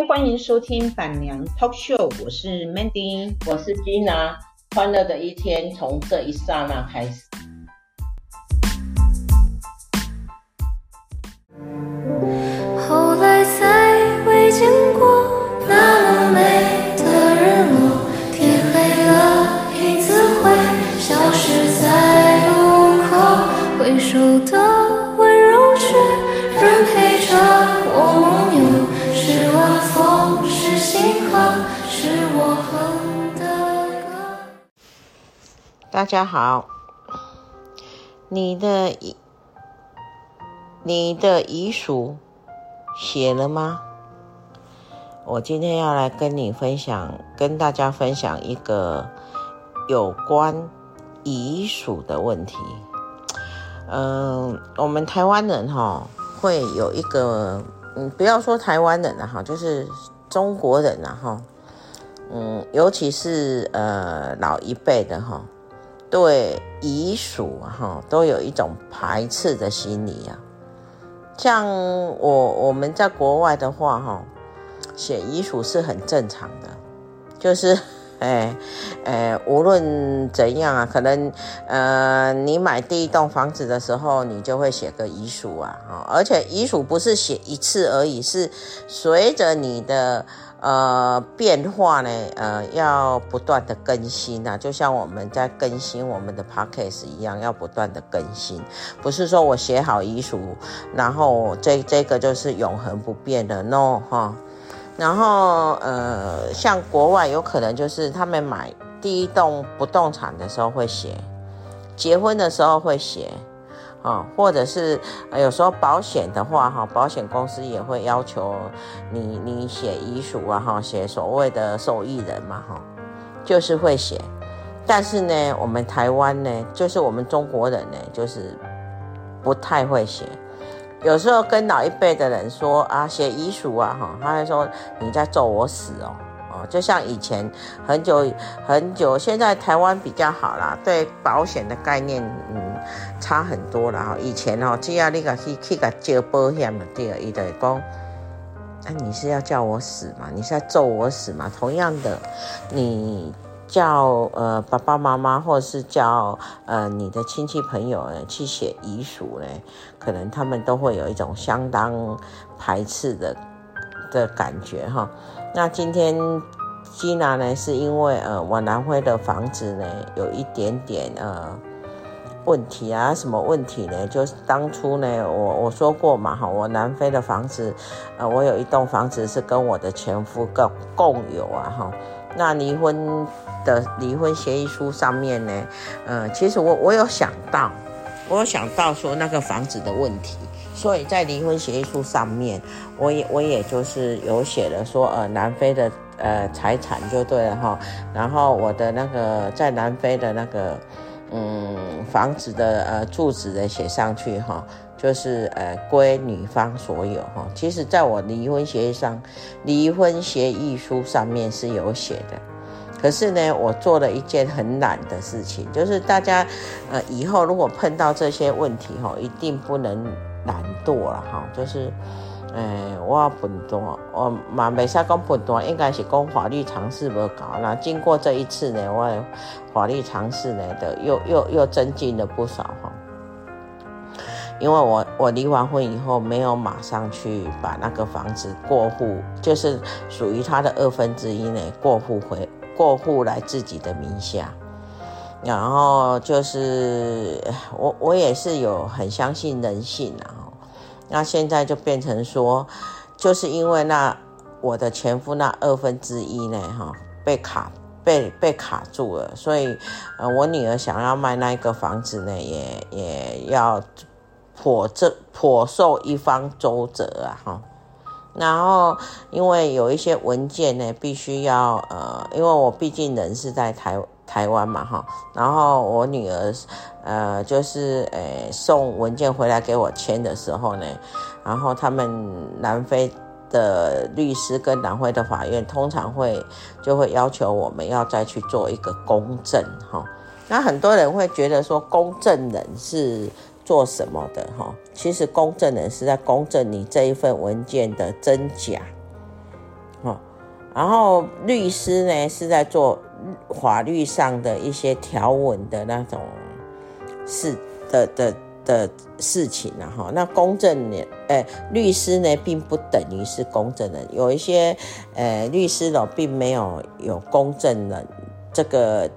欢迎收听板娘 Talk Show， 我是 Mandy， 我是 Gina， 欢乐的一天从这一刹那开始。 后来再未见过那么美的日落，天黑了，影子会消失在路口，回首的温柔却仍陪着我梦游，是晚风，是星河，是我哼的歌。 大家好，你的遗书写了吗？我今天要来跟大家分享一个有关遗属的问题。我们台湾人会有一个，不要说台湾人就是中国人尤其是老一辈的对遗属都有一种排斥的心理啊。像我们在国外的话写遗属是很正常的，就是无论怎样可能你买第一栋房子的时候，你就会写个遗属而且遗属不是写一次而已，是随着你的变化呢要不断的更新就像我们在更新我们的 podcast 一样，要不断的更新，不是说我写好遗属然后这个就是永恒不变的 no 然后像国外有可能就是他们买第一栋不动产的时候会写，结婚的时候会写或者是有时候保险的话保险公司也会要求你写遗属写所谓的受益人嘛就是会写。但是呢我们台湾呢，就是我们中国人呢，就是不太会写。有时候跟老一辈的人说写遗属他会说你在咒我死就像以前很久，现在台湾比较好啦，对保险的概念差很多啦以前只要你去交保险就对了，他就会说你是要叫我死吗？你是在咒我死吗？同样的，你叫爸爸妈妈或者是叫你的亲戚朋友去写遗属可能他们都会有一种相当排斥的感觉那今天Gina呢，是因为我南非的房子呢有一点点问题什么问题呢？就是当初呢我说过嘛我南非的房子我有一栋房子是跟我的前夫共有那离婚协议书上面呢其实我有想到说那个房子的问题，所以在离婚协议书上面我也就是有写了说南非的财产就对了然后我的那个在南非的那个房子的住址的写上去就是归女方所有其实在我离婚协议书上面是有写的。可是呢我做了一件很懒的事情，就是大家以后如果碰到这些问题一定不能懒惰了就是我笨蛋，我嘛不是说笨蛋，应该是说法律常识不够。那经过这一次呢，我的法律常识呢的又增进了不少因为我离完婚以后没有马上去把那个房子过户，就是属于他的1/2呢过户来自己的名下。然后就是我也是有很相信人性那现在就变成说，就是因为我的前夫那1/2呢被卡住了，所以我女儿想要卖那个房子呢也要颇受一方周折然后因为有一些文件呢必须要因为我毕竟人是在台湾嘛然后我女儿就是送文件回来给我签的时候呢，然后他们南非的律师跟南非的法院通常就会要求我们要再去做一个公证那很多人会觉得说公证人是做什么的其实公证人是在公证你这一份文件的真假然后律师呢是在做法律上的一些条文的那种事的事情啊哈。那公证人，律师呢并不等于是公证人，有一些律师呢并没有公证人这个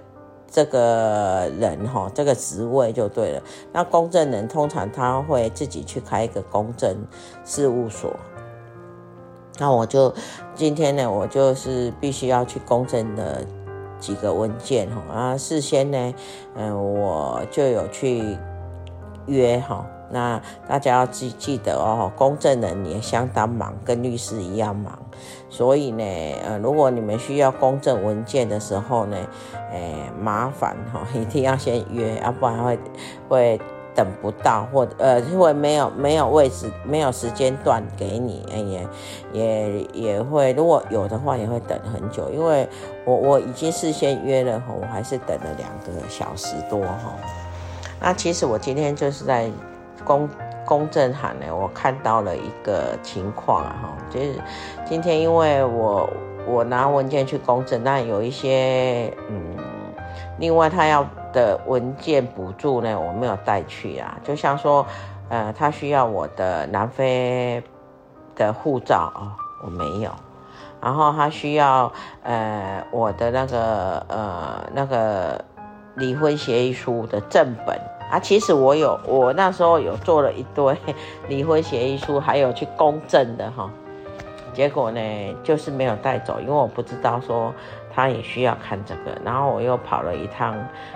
人哈，这个职位就对了。那公证人通常他会自己去开一个公证事务所。那我就今天呢，我就是必须要去公证的几个文件哈。事先呢，我就有去约哈。那大家要记得哦，公证人也相当忙，跟律师一样忙。所以呢，如果你们需要公证文件的时候呢，麻烦哈，一定要先约，要不然会等不到，或会没有位置，没有时间段给你，也会，如果有的话也会等很久，因为我已经事先约了，我还是等了2个小时多哈。那其实我今天就是在公证行呢，我看到了一个情况啊哈，就是今天因为我拿文件去公证，那有一些另外他要的文件补助呢，我没有带去啊。就像说，他需要我的南非的护照啊，我没有。然后他需要我的那个离婚协议书的正本啊。其实我那时候有做了一堆离婚协议书，还有去公证的哈。结果呢，就是没有带走，因为我不知道说他也需要看这个。然后我又跑了一趟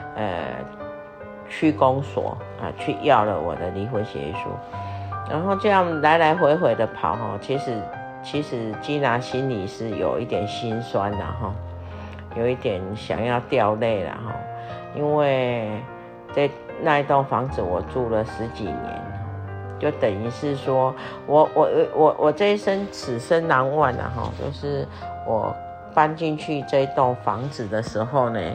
区公所去要了我的离婚协议书。然后这样来来回回的跑哈，其实基娜心里是有一点心酸的哈，有一点想要掉泪了哈，因为在那一栋房子我住了10几年。就等于是说，我这一生此生难忘啊哈，就是我搬进去这一栋房子的时候呢，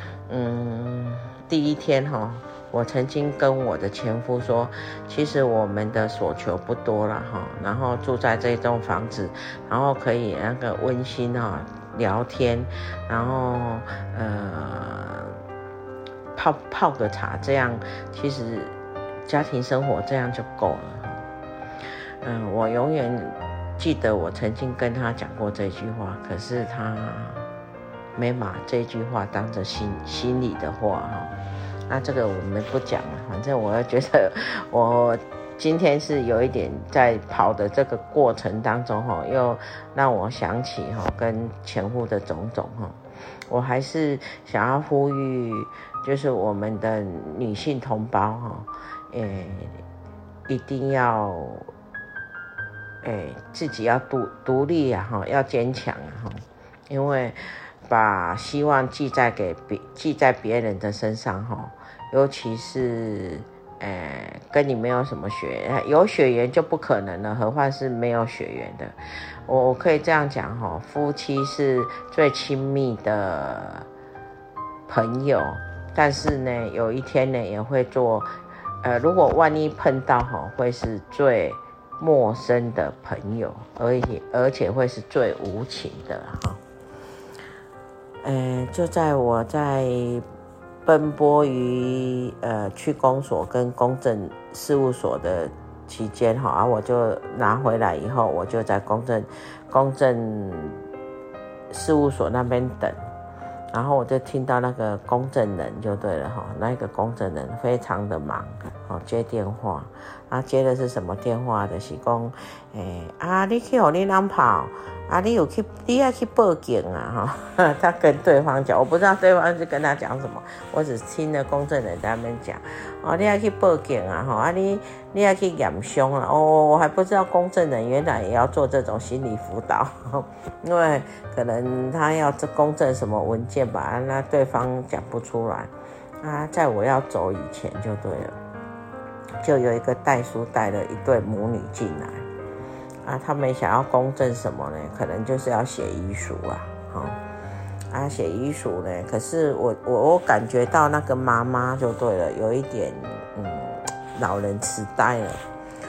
第一天哈，我曾经跟我的前夫说，其实我们的所求不多了哈，然后住在这栋房子，然后可以那个温馨哈聊天，然后泡个茶，这样其实家庭生活这样就够了。我永远记得我曾经跟他讲过这句话，可是他没把这句话当着心里的话哈。那这个我们不讲了，反正我觉得我今天是有一点在跑的这个过程当中哈，又让我想起哈跟前夫的种种哈。我还是想要呼吁，就是我们的女性同胞哈。一定要自己要独立啊哈，要坚强啊哈，因为把希望寄在别人的身上哈，尤其是跟你没有什么血缘，有血缘就不可能了，何况是没有血缘的。我可以这样讲哈，夫妻是最亲密的朋友，但是呢，有一天呢也会做。如果万一碰到会是最陌生的朋友，而且会是最无情的哈。就在我在奔波于区公所跟公证事务所的期间哈，我就拿回来以后，我就在公证事务所那边等。然后我就听到那个公证人就对了哈，那个公证人非常的忙，接电话，接的是什么电话的？是讲，你去和你人跑，你要去报警啊哈。他跟对方讲，我不知道对方是跟他讲什么，我只听了公证人在那边讲，你要去报警啊哈，你要去验伤啊。我还不知道公证人原来也要做这种心理辅导，因为可能他要公证什么文件吧，那对方讲不出来在我要走以前就对了，就有一个代书带了一对母女进来他们想要公证什么呢？可能就是要写遗书写遗书呢，可是我感觉到那个妈妈就对了，有一点老人痴呆了，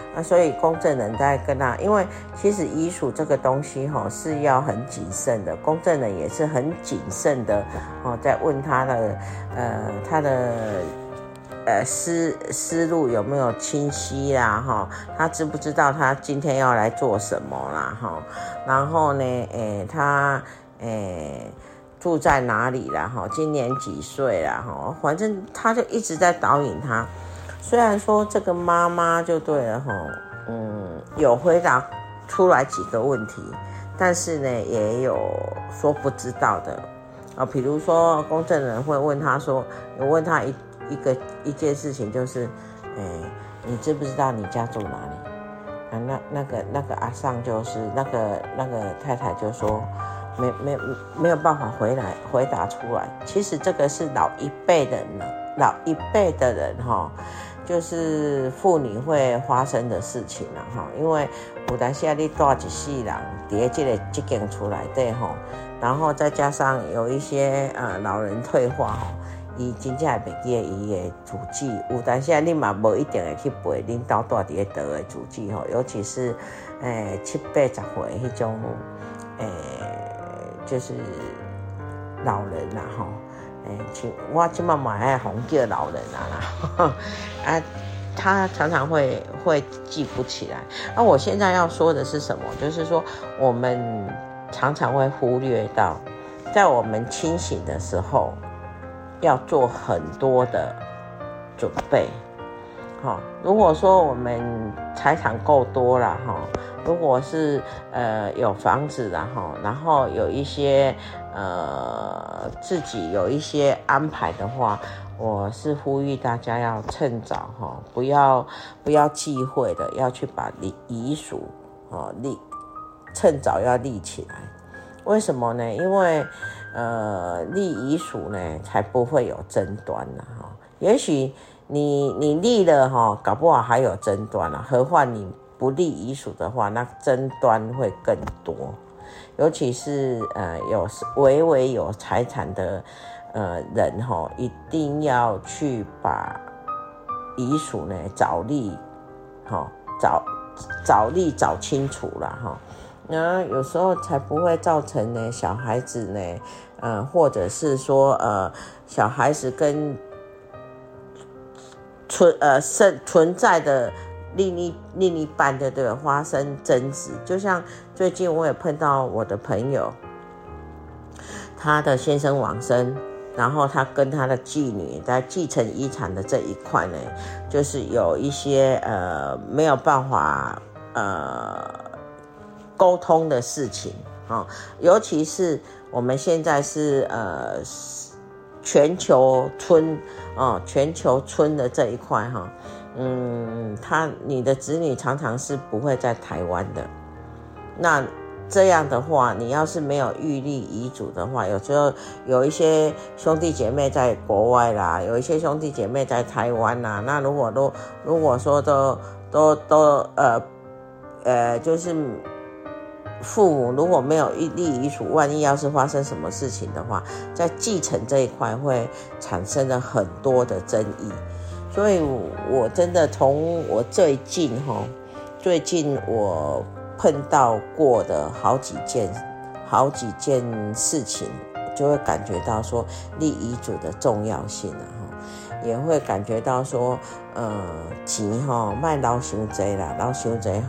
所以公证人在跟他，因为其实遗属这个东西是要很谨慎的，公证人也是很谨慎的在问他的思路有没有清晰啦他知不知道他今天要来做什么啦然后呢他住在哪里啦今年几岁啦反正他就一直在导引他。虽然说这个妈妈就对了有回答出来几个问题，但是呢也有说不知道的比如说公证人会问他说，有问他一件事情，就是你知不知道你家住哪里那个阿桑就是那个太太就说没有办法回答出来。其实这个是老一辈的人就是妇女会发生的事情啦因为有当时你带一世人在这间厝内底然后再加上有一些老人退化伊真正会袂记得伊的祖籍，有当时你嘛无一定会去背恁兜住伫倒的祖籍尤其是70-80岁迄种就是老人啦我现在嘛爱红叫老人啦他常常会记不起来我现在要说的是什么，就是说我们常常会忽略到在我们清醒的时候要做很多的准备如果说我们财产够多了如果是有房子了然后有一些自己有一些安排的话，我是呼吁大家要趁早不要忌讳的，要去把遗属趁早要立起来。为什么呢？因为立遗属呢才不会有争端也许你立了搞不好还有争端何况你不立遗属的话，那争端会更多。尤其是微微有财产的人一定要去把遗属呢早立找清楚啦那有时候才不会造成呢小孩子呢或者是说小孩子跟存在的另一半的对发生争执。就像最近我也碰到我的朋友，他的先生往生，然后他跟他的继女在继承遗产的这一块呢，就是有一些没有办法沟通的事情尤其是我们现在是全球村的这一块你的子女常常是不会在台湾的。那这样的话，你要是没有预立遗嘱的话，有时候有一些兄弟姐妹在国外啦，有一些兄弟姐妹在台湾啦。那如果说就是父母如果没有立遗嘱，万一要是发生什么事情的话，在继承这一块会产生了很多的争议。所以我真的从我最近我碰到过的好几件事情，就会感觉到说立遗嘱的重要性也会感觉到说钱别留伤济啦，留伤济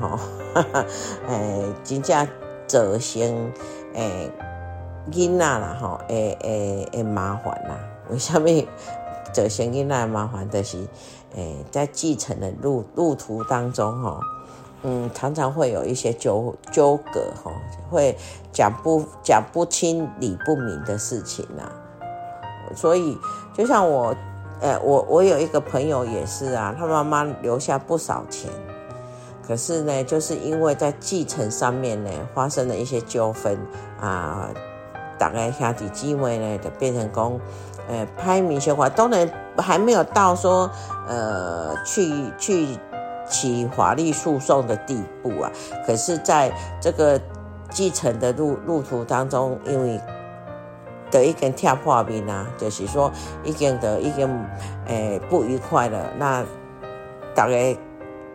真正造成囡仔啦会麻烦啦。为什么造成囡仔的麻烦？就是在继承的路途当中常常会有一些纠葛会讲不清理不明的事情所以就像我有一个朋友也是他妈妈留下不少钱，可是呢就是因为在继承上面呢发生了一些纠纷大家兄弟姊妹呢就变成说拍明显话，当然还没有到说去起法律诉讼的地步可是在这个继承的路途当中，因为都已经跳破面就是说已经不愉快了，那大家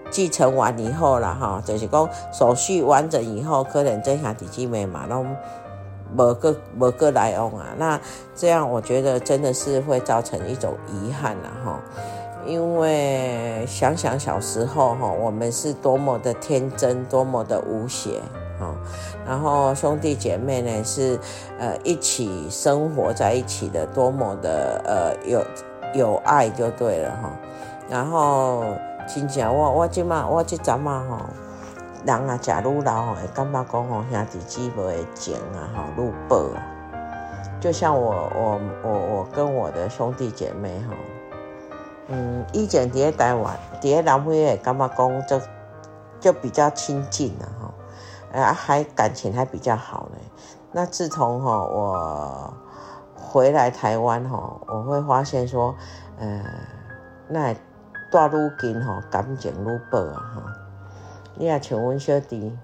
继承完以后啦哈，就是讲手续完整以后，可能这兄弟姐妹嘛，拢无个来往啊。那这样我觉得真的是会造成一种遗憾啦哈。因为想想小时候哈，我们是多么的天真，多么的无邪然后兄弟姐妹呢是一起生活在一起的，多么的有爱就对了哈。然后真正我这阵啊人啊食愈老会感觉讲兄弟姊妹的情啊愈薄啊。就像我跟我的兄弟姐妹以前在台湾在南非会感觉讲就比较亲近还感情还比较好呢。那自从我回来台湾我会发现说那大愈近感情愈薄啊你也像阮小弟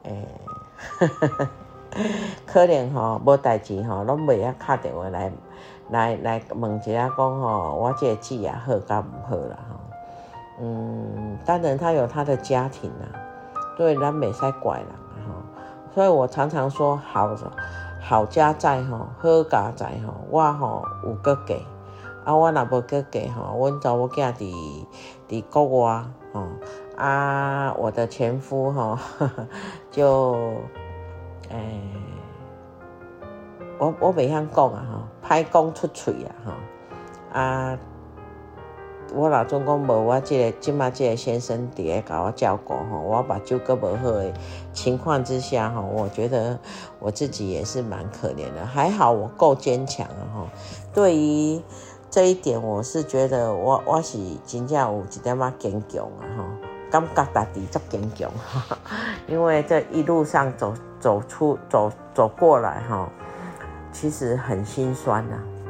可能无代志拢袂晓打电话来问一下讲我这个姊也好甲唔好啦当然他有他的家庭啦，对，咱袂使怪人所以我常常说好家在好家在我有搁嫁我若无搁嫁阮查某囝伫国外我的前夫就我袂晓讲歹讲出嘴我老总讲无我即马这个先生伫咧甲我照顾我目睭搁无好的情况之下我觉得我自己也是蛮可怜的。还好我够坚强对于这一点我是觉得我是真正有一点仔坚强感觉家己足坚强因为这一路上走过来其实很心酸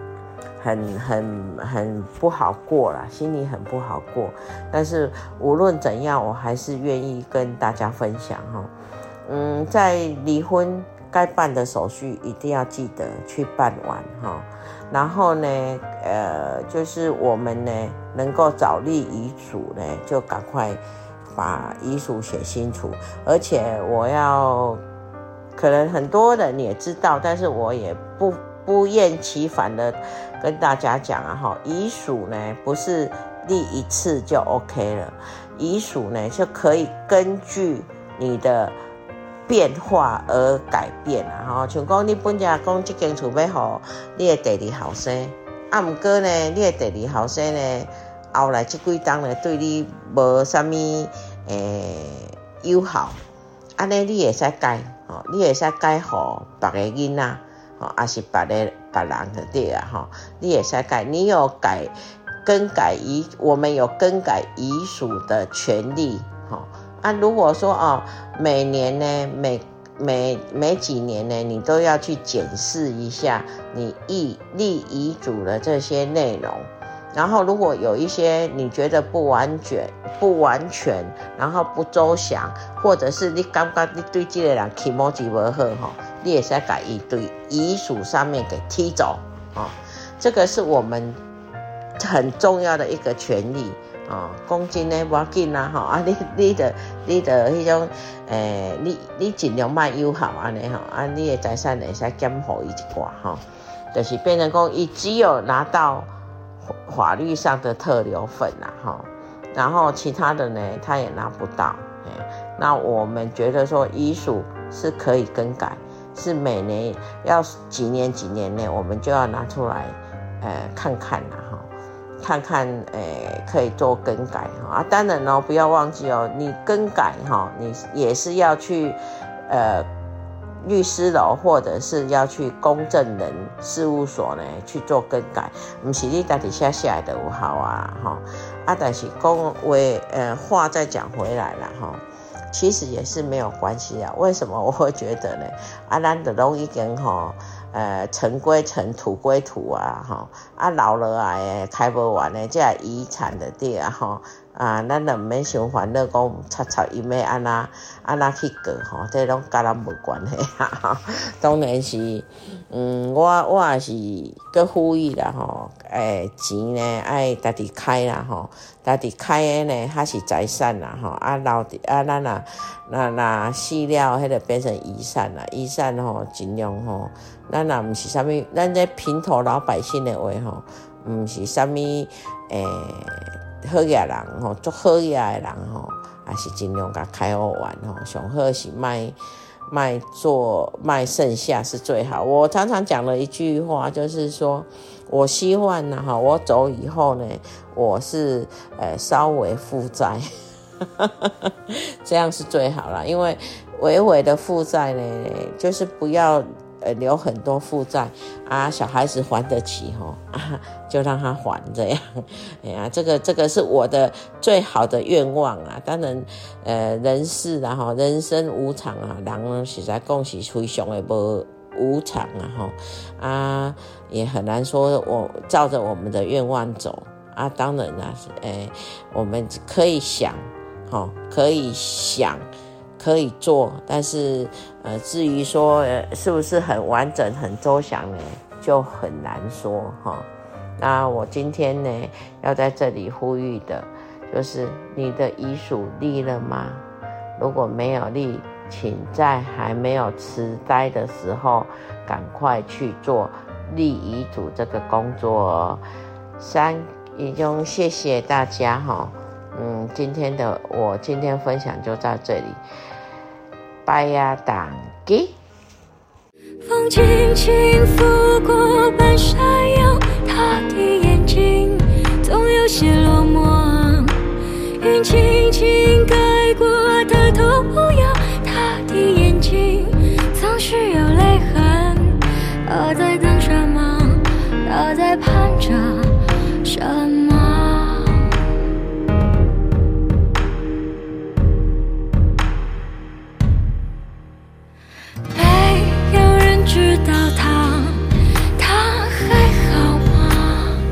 很不好过啦，心里很不好过。但是无论怎样，我还是愿意跟大家分享在离婚该办的手续一定要记得去办完然后呢就是我们呢能够早立遗嘱呢，就赶快把遗嘱写清楚。而且可能很多人也知道，但是我也不厌其烦的跟大家讲遗嘱呢不是立一次就 OK 了，遗嘱呢就可以根据你的变化而改变像讲你本来讲这间厝要给你的第二后生不过呢你的第二后生呢后来这几冬呢对你无什么友好，安尼你会使改你会使改给别个囡仔还是别人就对了你会使改，你有更改我们有更改遗属的权利如果说每年呢每几年呢你都要去检视一下你立遗嘱的这些内容，然后如果有一些你觉得不完全然后不周详，或者是你感觉你对这个人气毛子不好你也是要把遗属上面给踢走这个是我们很重要的一个权利讲真的不要紧你的那种你尽量别友好你的财产会使减付伊一寡就是变成讲伊只有拿到法律上的特留份然后其他的呢他也拿不到那我们觉得说遗属是可以更改，是每年要几年内我们就要拿出来看看看看可以做更改当然不要忘记你更改你也是要去律师楼或者是要去公证人事务所呢去做更改，不是你自己写来的有效但是话再讲回来了其实也是没有关系为什么我会觉得呢咱就都已经尘归尘，土归土啊，吼啊留落来的开不完的这遗产的对啊，吼啊，咱就唔免想烦恼，讲插因要安那去过吼，这拢甲咱无关系啊。当然是，我也是搁呼吁啦吼，钱呢爱家己开啦吼，家己开的呢它是财产啦吼，啊留啊咱那死了，迄个变成遗产啦，遗产吼尽量吼，咱也毋是啥物，咱这平头老百姓的话吼，毋是啥物好野人吼，做好野的人吼，也是尽量甲开好完吼，上好是卖剩下是最好。我常常讲了一句话，就是说我希望呢哈，我走以后呢，我是稍微负债，这样是最好啦，因为微微的负债呢，就是不要留很多负债啊，小孩子还得起啊，就让他还这样。哎呀，这个是我的最好的愿望啊。当然，人世啦哈，人生无常啊，人实在讲是非常的无常啊也很难说我照着我们的愿望走啊。当然啦，我们可以想，可以想。可以做，但是至于说是不是很完整很周详呢，就很难说那我今天呢要在这里呼吁的就是你的遗属立了吗？如果没有立，请在还没有痴呆的时候赶快去做立遗嘱这个工作已经谢谢大家我今天分享就到这里，拜呀，大家。 风轻轻拂过半山腰，他的眼睛总有些落寞，云轻轻盖过他头不摇，他的眼睛总是有泪痕。他在等什么？他在盼着什么？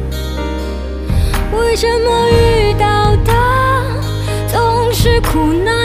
为什么遇到的总是苦恼？